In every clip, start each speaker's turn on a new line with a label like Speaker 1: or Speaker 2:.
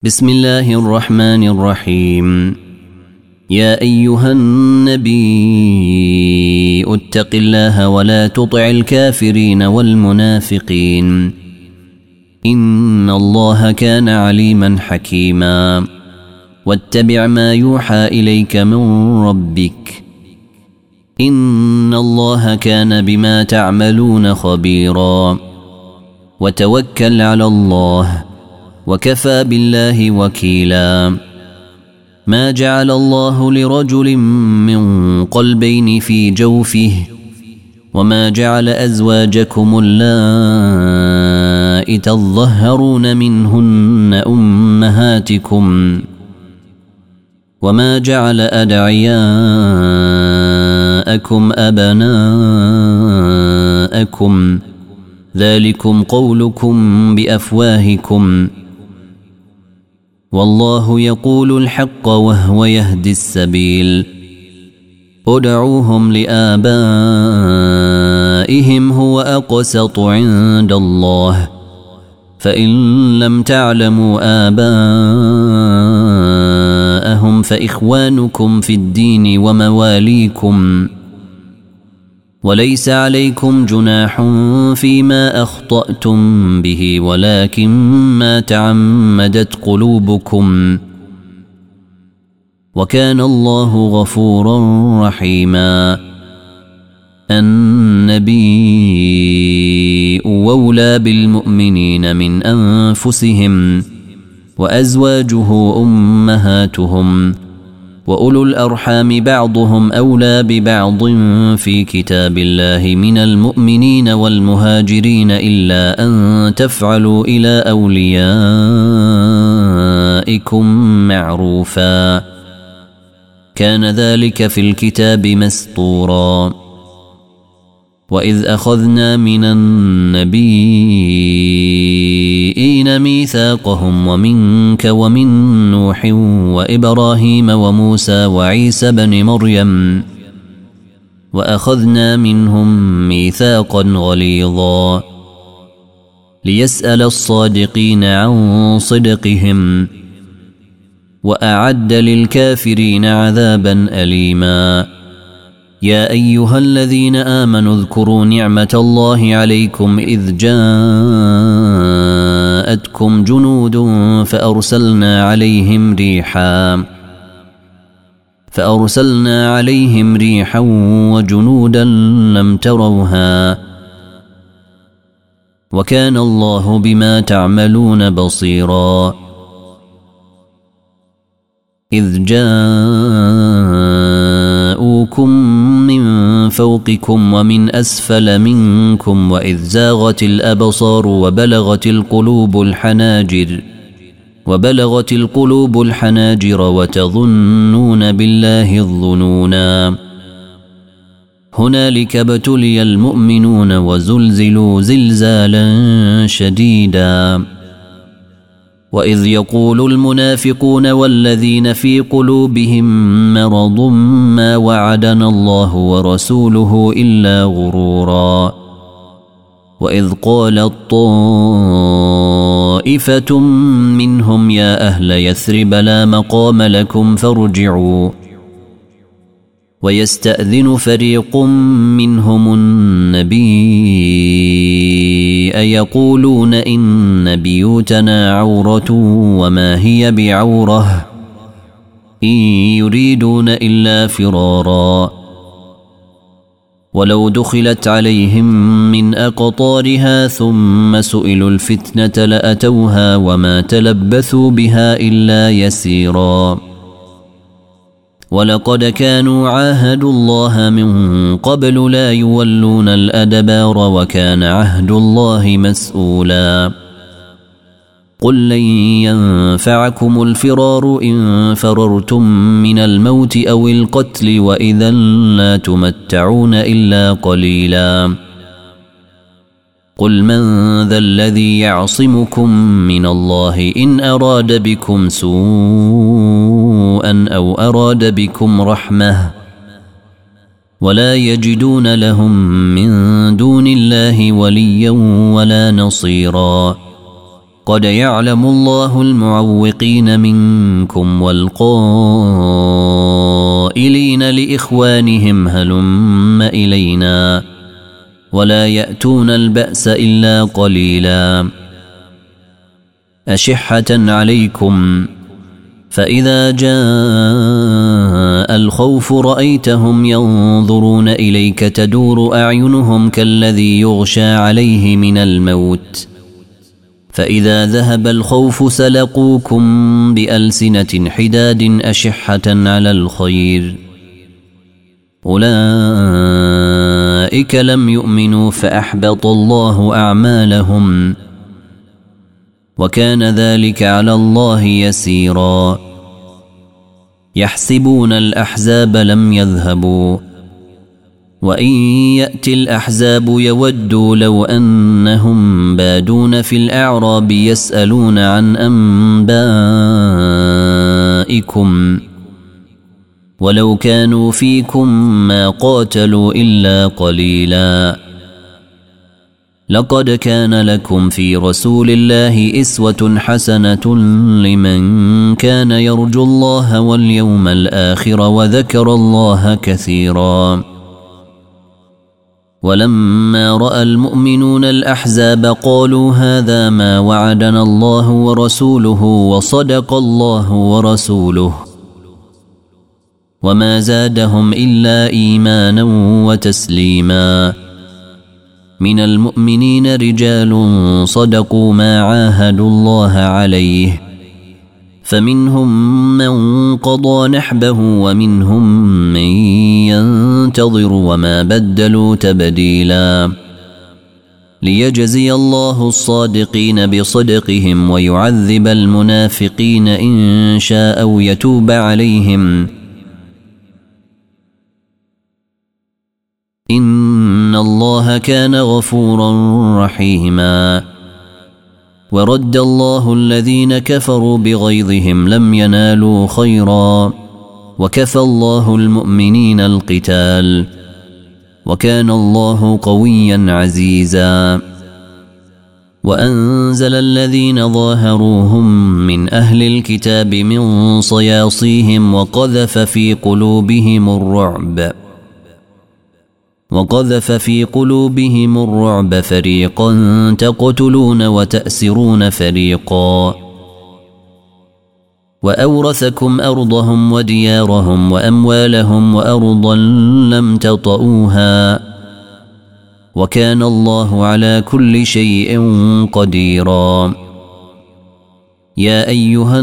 Speaker 1: بسم الله الرحمن الرحيم. يا أيها النبي اتق الله ولا تطع الكافرين والمنافقين إن الله كان عليما حكيما. واتبع ما يوحى إليك من ربك إن الله كان بما تعملون خبيرا. وتوكل على الله وكفى بالله وكيلا. ما جعل الله لرجل من قلبين في جوفه وما جعل أزواجكم اللائي تظهرون منهن أمهاتكم وما جعل أدعياءكم أبناءكم ذلكم قولكم بأفواهكم والله يقول الحق وهو يهدي السبيل. ادعوهم لآبائهم هو أقسط عند الله فإن لم تعلموا آباءهم فإخوانكم في الدين ومواليكم وليس عليكم جناح فيما أخطأتم به ولكن ما تعمدت قلوبكم وكان الله غفورا رحيما. النبي أولى بالمؤمنين من أنفسهم وأزواجه أمهاتهم وأولو الأرحام بعضهم أولى ببعض في كتاب الله من المؤمنين والمهاجرين إلا أن تفعلوا إلى أوليائكم معروفا كان ذلك في الكتاب مسطورا. وإذ أخذنا من النبيين ميثاقهم ومنك ومن نوح وإبراهيم وموسى وعيسى بن مريم وأخذنا منهم ميثاقا غليظا ليسأل الصادقين عن صدقهم وأعد للكافرين عذابا أليما. يا أيها الذين آمنوا اذكروا نعمة الله عليكم إذ جاءتكم جنود فأرسلنا عليهم ريحا وجنودا لم تروها وكان الله بما تعملون بصيرا. إذ جاءوكم من فوقكم ومن أسفل منكم وإذ زاغت الأبصار وبلغت القلوب الحناجر وتظنون بالله الظنونا. هنالك ابتلي المؤمنون وزلزلوا زلزالا شديدا. وإذ يقول المنافقون والذين في قلوبهم مرض ما وعدنا الله ورسوله إلا غرورا. وإذ قالت طائفة منهم يا أهل يثرب لا مقام لكم فارجعوا ويستأذن فريق منهم النبي يقولون إن بيوتنا عورة وما هي بعورة إن يريدون إلا فرارا. ولو دخلت عليهم من أقطارها ثم سئلوا الفتنة لأتوها وما تلبثوا بها إلا يسيرا. ولقد كانوا عاهدوا الله من قبل لا يولون الأدبار وكان عهد الله مسؤولا. قل لن ينفعكم الفرار إن فررتم من الموت أو القتل وإذا لا تمتعون إلا قليلا. قل من ذا الذي يعصمكم من الله إن أراد بكم سوءا أو أراد بكم رحمة ولا يجدون لهم من دون الله وليا ولا نصيرا. قد يعلم الله المعوقين منكم والقائلين لإخوانهم هلم إلينا ولا يأتون البأس إلا قليلا أشحة عليكم فإذا جاء الخوف رأيتهم ينظرون إليك تدور أعينهم كالذي يغشى عليه من الموت فإذا ذهب الخوف سلقوكم بألسنة حداد أشحة على الخير أولئك لم يؤمنوا فأحبط الله أعمالهم وكان ذلك على الله يسيرا يحسبون الأحزاب لم يذهبوا وإن يأتي الأحزاب يودوا لو أنهم بادون في الأعراب يسألون عن أنبائكم ولو كانوا فيكم ما قاتلوا إلا قليلا لقد كان لكم في رسول الله إسوة حسنة لمن كان يرجو الله واليوم الآخر وذكر الله كثيرا ولما رأى المؤمنون الأحزاب قالوا هذا ما وعدنا الله ورسوله وصدق الله ورسوله وما زادهم إلا إيمانا وتسليما من المؤمنين رجال صدقوا ما عاهدوا الله عليه فمنهم من قضى نحبه ومنهم من ينتظر وما بدلوا تبديلا ليجزي الله الصادقين بصدقهم ويعذب المنافقين إن شاء أو يتوب عليهم إن الله كان غفورا رحيما ورد الله الذين كفروا بغيظهم لم ينالوا خيرا وكفى الله المؤمنين القتال وكان الله قويا عزيزا وأنزل الذين ظاهروهم من أهل الكتاب من صياصيهم وقذف في قلوبهم الرعب فريقا تقتلون وتأسرون فريقا وأورثكم أرضهم وديارهم وأموالهم وأرضا لم تطئوها وكان الله على كل شيء قديرا يا أيها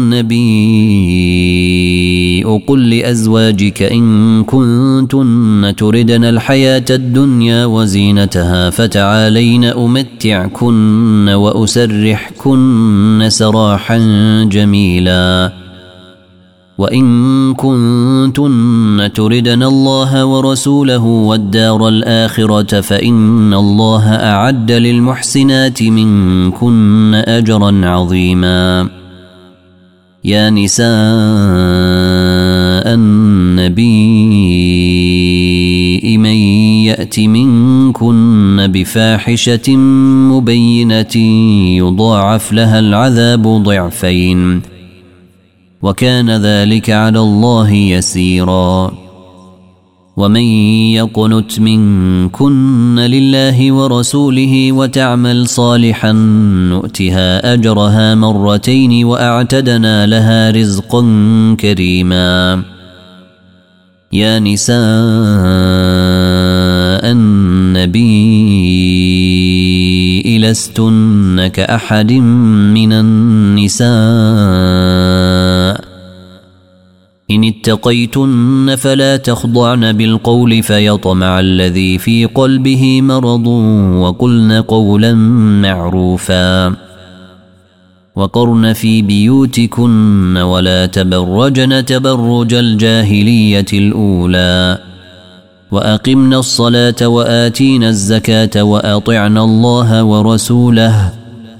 Speaker 1: النبي قل لأزواجك إن كنتن تردن الحياة الدنيا وزينتها فتعالين أمتعكن وأسرحكن سراحا جميلا وإن كنتن تردن الله ورسوله والدار الآخرة فإن الله أعد للمحسنات منكن أجرا عظيما يا نساء النبي من يأت منكن بفاحشة مبينة يضاعف لها العذاب ضعفين وكان ذلك على الله يسيرا ومن يقنت منكن لله ورسوله وتعمل صالحا نؤتها أجرها مرتين وأعتدنا لها رزقا كريما يا نساء النبي لستن كأحد من النساء إن اتقيتن فلا تخضعن بالقول فيطمع الذي في قلبه مرض وقلن قولا معروفا وقرن في بيوتكن ولا تبرجن تبرج الجاهلية الأولى وأقمنا الصلاة وآتينا الزكاة وأطعنا الله ورسوله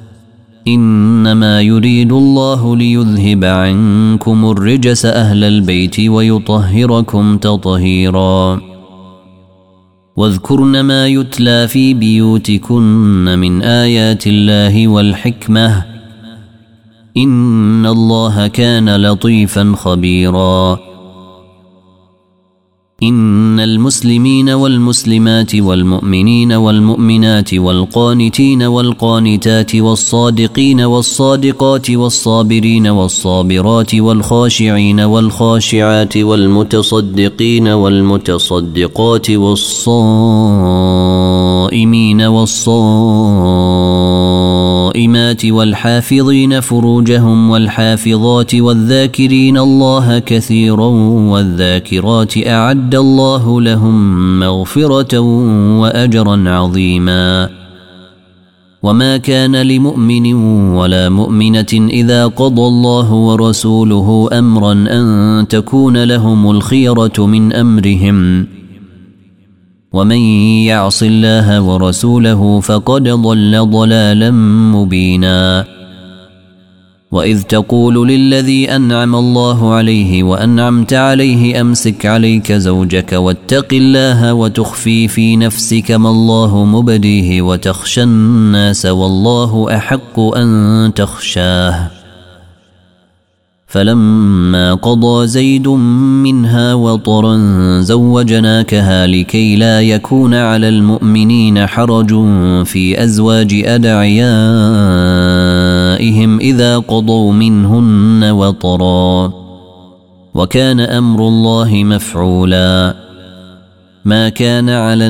Speaker 1: إنما يريد الله ليذهب عنكم الرجس أهل البيت ويطهركم تطهيرا واذكرن ما يتلى في بيوتكن من آيات الله والحكمة إن الله كان لطيفا خبيرا. إن المسلمين والمسلمات والمؤمنين والمؤمنات والقانتين والقانتات والصادقين والصادقات والصابرين والصابرات والخاشعين والخاشعات والمتصدقين والمتصدقات والصائمين والصائمات والحافظين فروجهم والحافظات والذاكرين الله كثيرا والذاكرات أعد الله لهم مغفرة وأجرا عظيما. وما كان لمؤمن ولا مؤمنة إذا قضى الله ورسوله أمرا أن تكون لهم الخيرة من أمرهم ومن يعص الله ورسوله فقد ضل ضلالا مبينا. وإذ تقول للذي أنعم الله عليه وأنعمت عليه أمسك عليك زوجك واتق الله وتخفي في نفسك ما الله مبديه وتخشى الناس والله أحق أن تخشاه. فلما قضى زيد منها وطرا زوجناكها لكي لا يكون على المؤمنين حرج في أزواج أدعيائهم إذا قضوا منهن وطرا وكان أمر الله مفعولا. ما كان على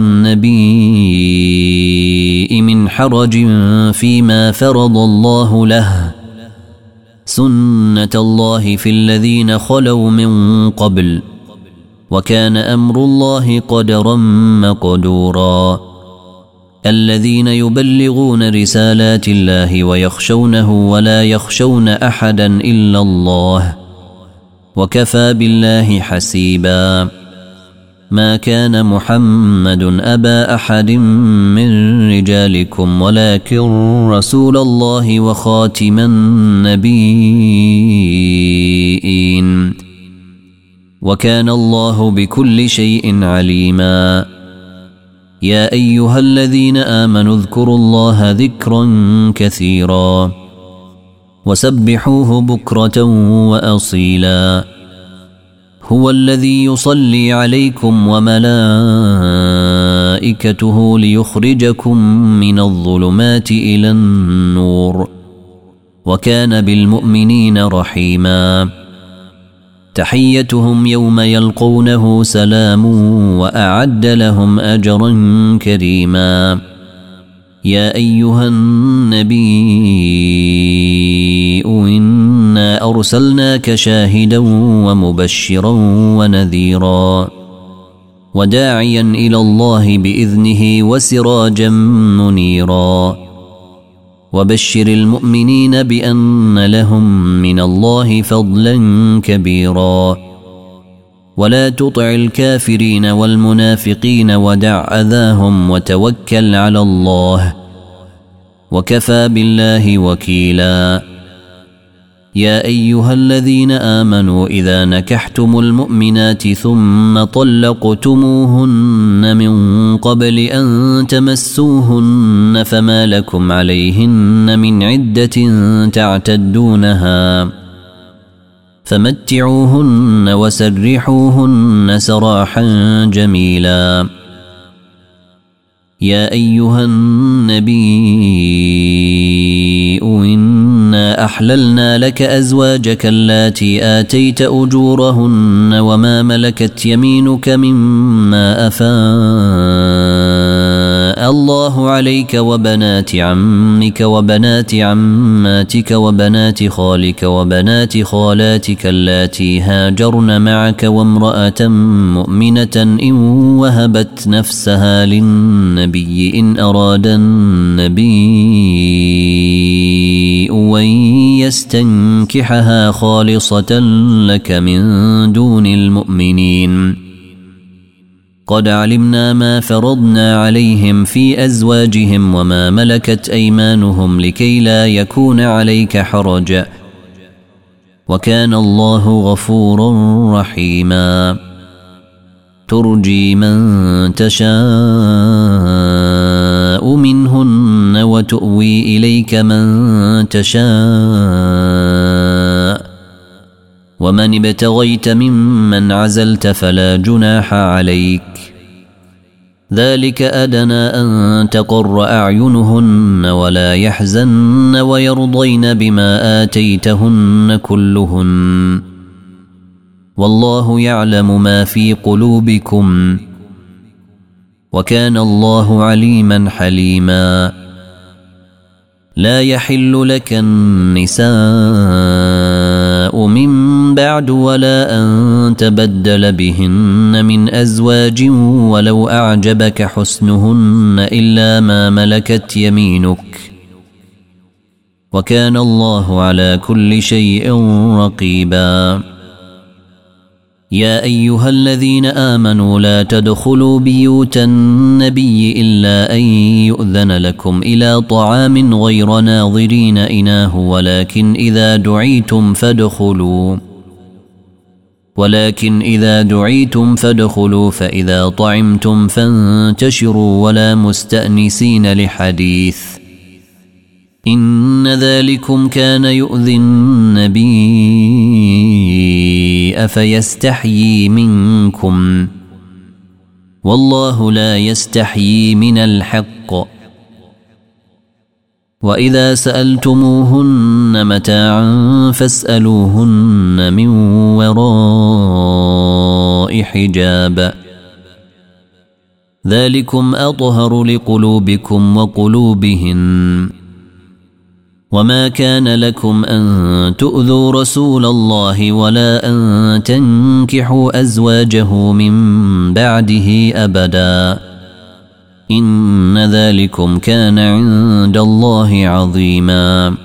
Speaker 1: النبي من حرج فيما فرض الله له سنة الله في الذين خلوا من قبل وكان أمر الله قدرا مقدورا. الذين يبلغون رسالات الله ويخشونه ولا يخشون أحدا إلا الله وكفى بالله حسيبا. ما كان محمد أبا أحد من رجالكم ولكن رسول الله وخاتم النبيين وكان الله بكل شيء عليما. يا أيها الذين آمنوا اذكروا الله ذكرا كثيرا وسبحوه بكرة وأصيلا. هو الذي يصلي عليكم وملائكته ليخرجكم من الظلمات إلى النور وكان بالمؤمنين رحيما. تحيتهم يوم يلقونه سلام وأعد لهم أجرا كريما. يا أيها النبي إنا أرسلناك شاهدا ومبشرا ونذيرا وداعيا إلى الله بإذنه وسراجا منيرا. وبشر المؤمنين بأن لهم من الله فضلا كبيرا. ولا تطع الكافرين والمنافقين ودع أذاهم وتوكل على الله وكفى بالله وكيلا. يا أيها الذين آمنوا إذا نكحتم المؤمنات ثم طلقتموهن من قبل أن تمسوهن فما لكم عليهن من عدة تعتدونها فمتعوهن وسرحوهن سراحا جميلا. يا أيها النبي إنا أحللنا لك أزواجك اللاتي آتيت أجورهن وما ملكت يمينك مما أفاء الله عليك وبنات عمك وبنات عماتك وبنات خالك وبنات خالاتك اللاتي هاجرن معك وامرأة مؤمنة إن وهبت نفسها للنبي إن أراد النبي أن يستنكحها خالصة لك من دون المؤمنين. قد علمنا ما فرضنا عليهم في أزواجهم وما ملكت أيمانهم لكي لا يكون عليك حرج وكان الله غفورا رحيما. ترجي من تشاء منهن وتؤوي إليك من تشاء ومن ابتغيت ممن عزلت فلا جناح عليك ذلك أدنى أن تقر أعينهن ولا يحزن ويرضين بما آتيتهن كلهن والله يعلم ما في قلوبكم وكان الله عليما حليما لا يحل لك النساء من بعد ولا أن تبدل بهن من أزواج ولو أعجبك حسنهن إلا ما ملكت يمينك وكان الله على كل شيء رقيبا يا أيها الذين آمنوا لا تدخلوا بيوت النبي إلا أن يؤذن لكم إلى طعام غير ناظرين إناه ولكن إذا دعيتم فادخلوا فإذا طعمتم فانتشروا ولا مستأنسين لحديث إن ذلكم كان يؤذي النبي فيستحيي منكم والله لا يستحيي من الحق وإذا سألتموهن متاعا فاسألوهن من وراء حجاب ذلكم أطهر لقلوبكم وقلوبهن وما كان لكم أن تؤذوا رسول الله ولا أن تنكحوا أزواجه من بعده أبدا إن ذلكم كان عند الله عظيما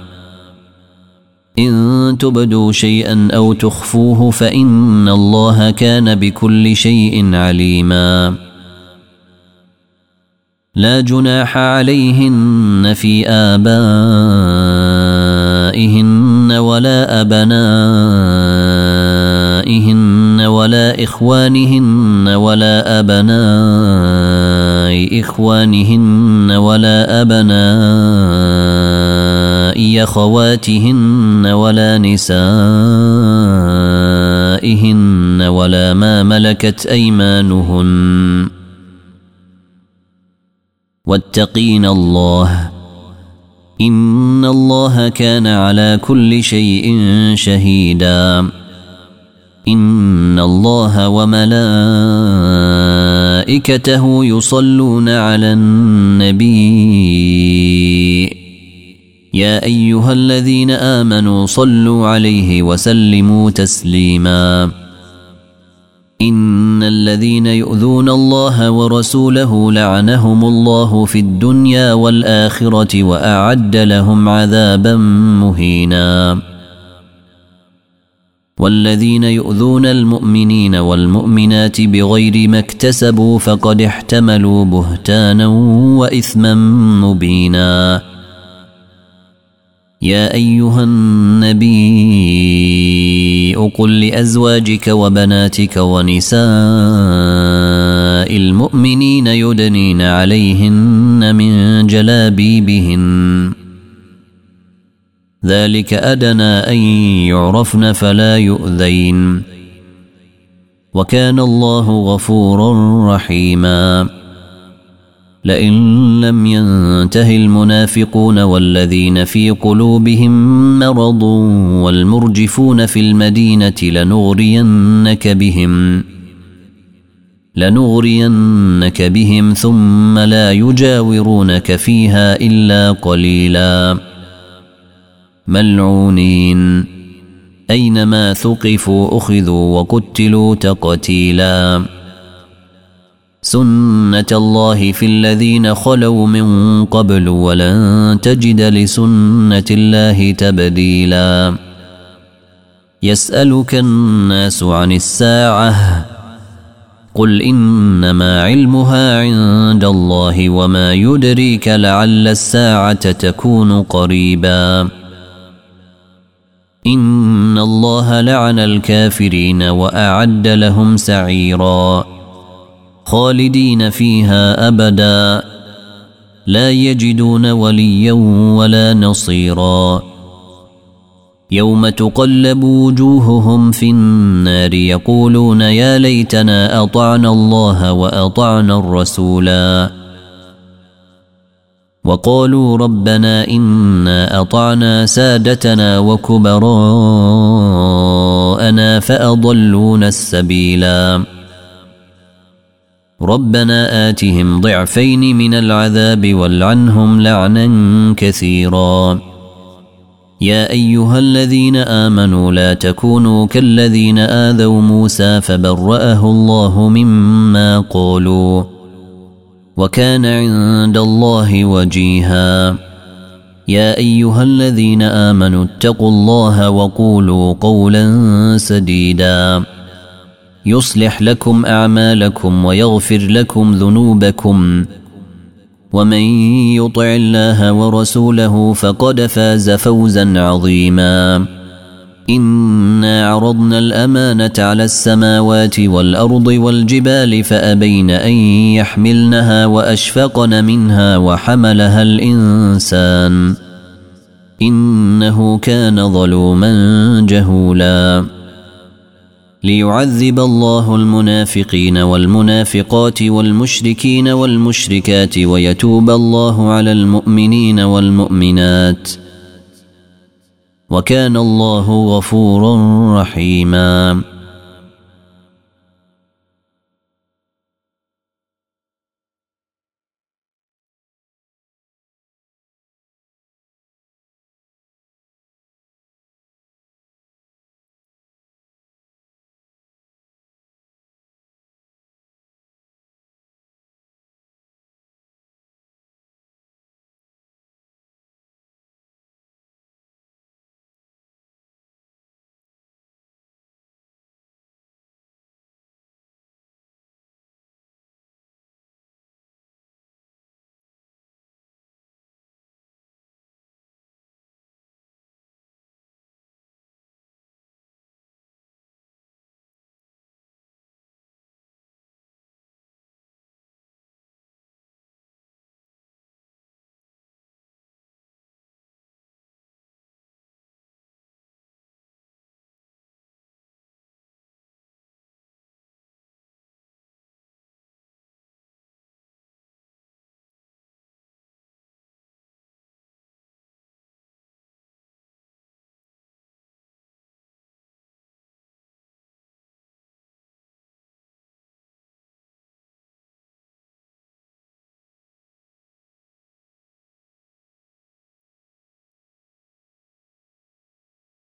Speaker 1: إن تبدوا شيئا أو تخفوه فإن الله كان بكل شيء عليما لا جناح عليهن في آبائهن ولا أبنائهن ولا إخوانهن ولا أبناء إخوانهن ولا أبناء أخواتهن ولا نسائهن ولا ما ملكت أيمانهن واتقين الله إن الله كان على كل شيء شهيدا إن الله وملائكته يصلون على النبي يا أيها الذين آمنوا صلوا عليه وسلموا تسليما إن الذين يؤذون الله ورسوله لعنهم الله في الدنيا والآخرة وأعد لهم عذابا مهينا والذين يؤذون المؤمنين والمؤمنات بغير ما اكتسبوا فقد احتملوا بهتانا وإثما مبينا يا أيها النبي قل لأزواجك وبناتك ونساء المؤمنين يدنين عليهن من جلابيبهن ذلك أدنى أن يعرفن فلا يؤذين وكان الله غفورا رحيما لئن لم ينته المنافقون والذين في قلوبهم مرض والمرجفون في المدينة لنغرينك بهم ثم لا يجاورونك فيها إلا قليلا ملعونين أينما ثقفوا أخذوا وقتلوا تقتيلا سنة الله في الذين خلوا من قبل ولن تجد لسنة الله تبديلا يسألك الناس عن الساعة قل إنما علمها عند الله وما يدريك لعل الساعة تكون قريبا إن الله لعن الكافرين وأعد لهم سعيرا خالدين فيها أبدا لا يجدون وليا ولا نصيرا يوم تقلب وجوههم في النار يقولون يا ليتنا أطعنا الله وأطعنا الرسولا وقالوا ربنا إنا أطعنا سادتنا وكبراءنا فأضلونا السبيلا ربنا آتهم ضعفين من العذاب والعنهم لعنا كثيرا يا أيها الذين آمنوا لا تكونوا كالذين آذوا موسى فبرأه الله مما قالوا وكان عند الله وجيها يا أيها الذين آمنوا اتقوا الله وقولوا قولا سديدا يصلح لكم أعمالكم ويغفر لكم ذنوبكم ومن يطع الله ورسوله فقد فاز فوزا عظيما إنا عرضنا الأمانة على السماوات والأرض والجبال فأبين أن يحملنها وأشفقن منها وحملها الإنسان إنه كان ظلوما جهولا ليعذب الله المنافقين والمنافقات والمشركين والمشركات ويتوب الله على المؤمنين والمؤمنات وكان الله غفورا رحيما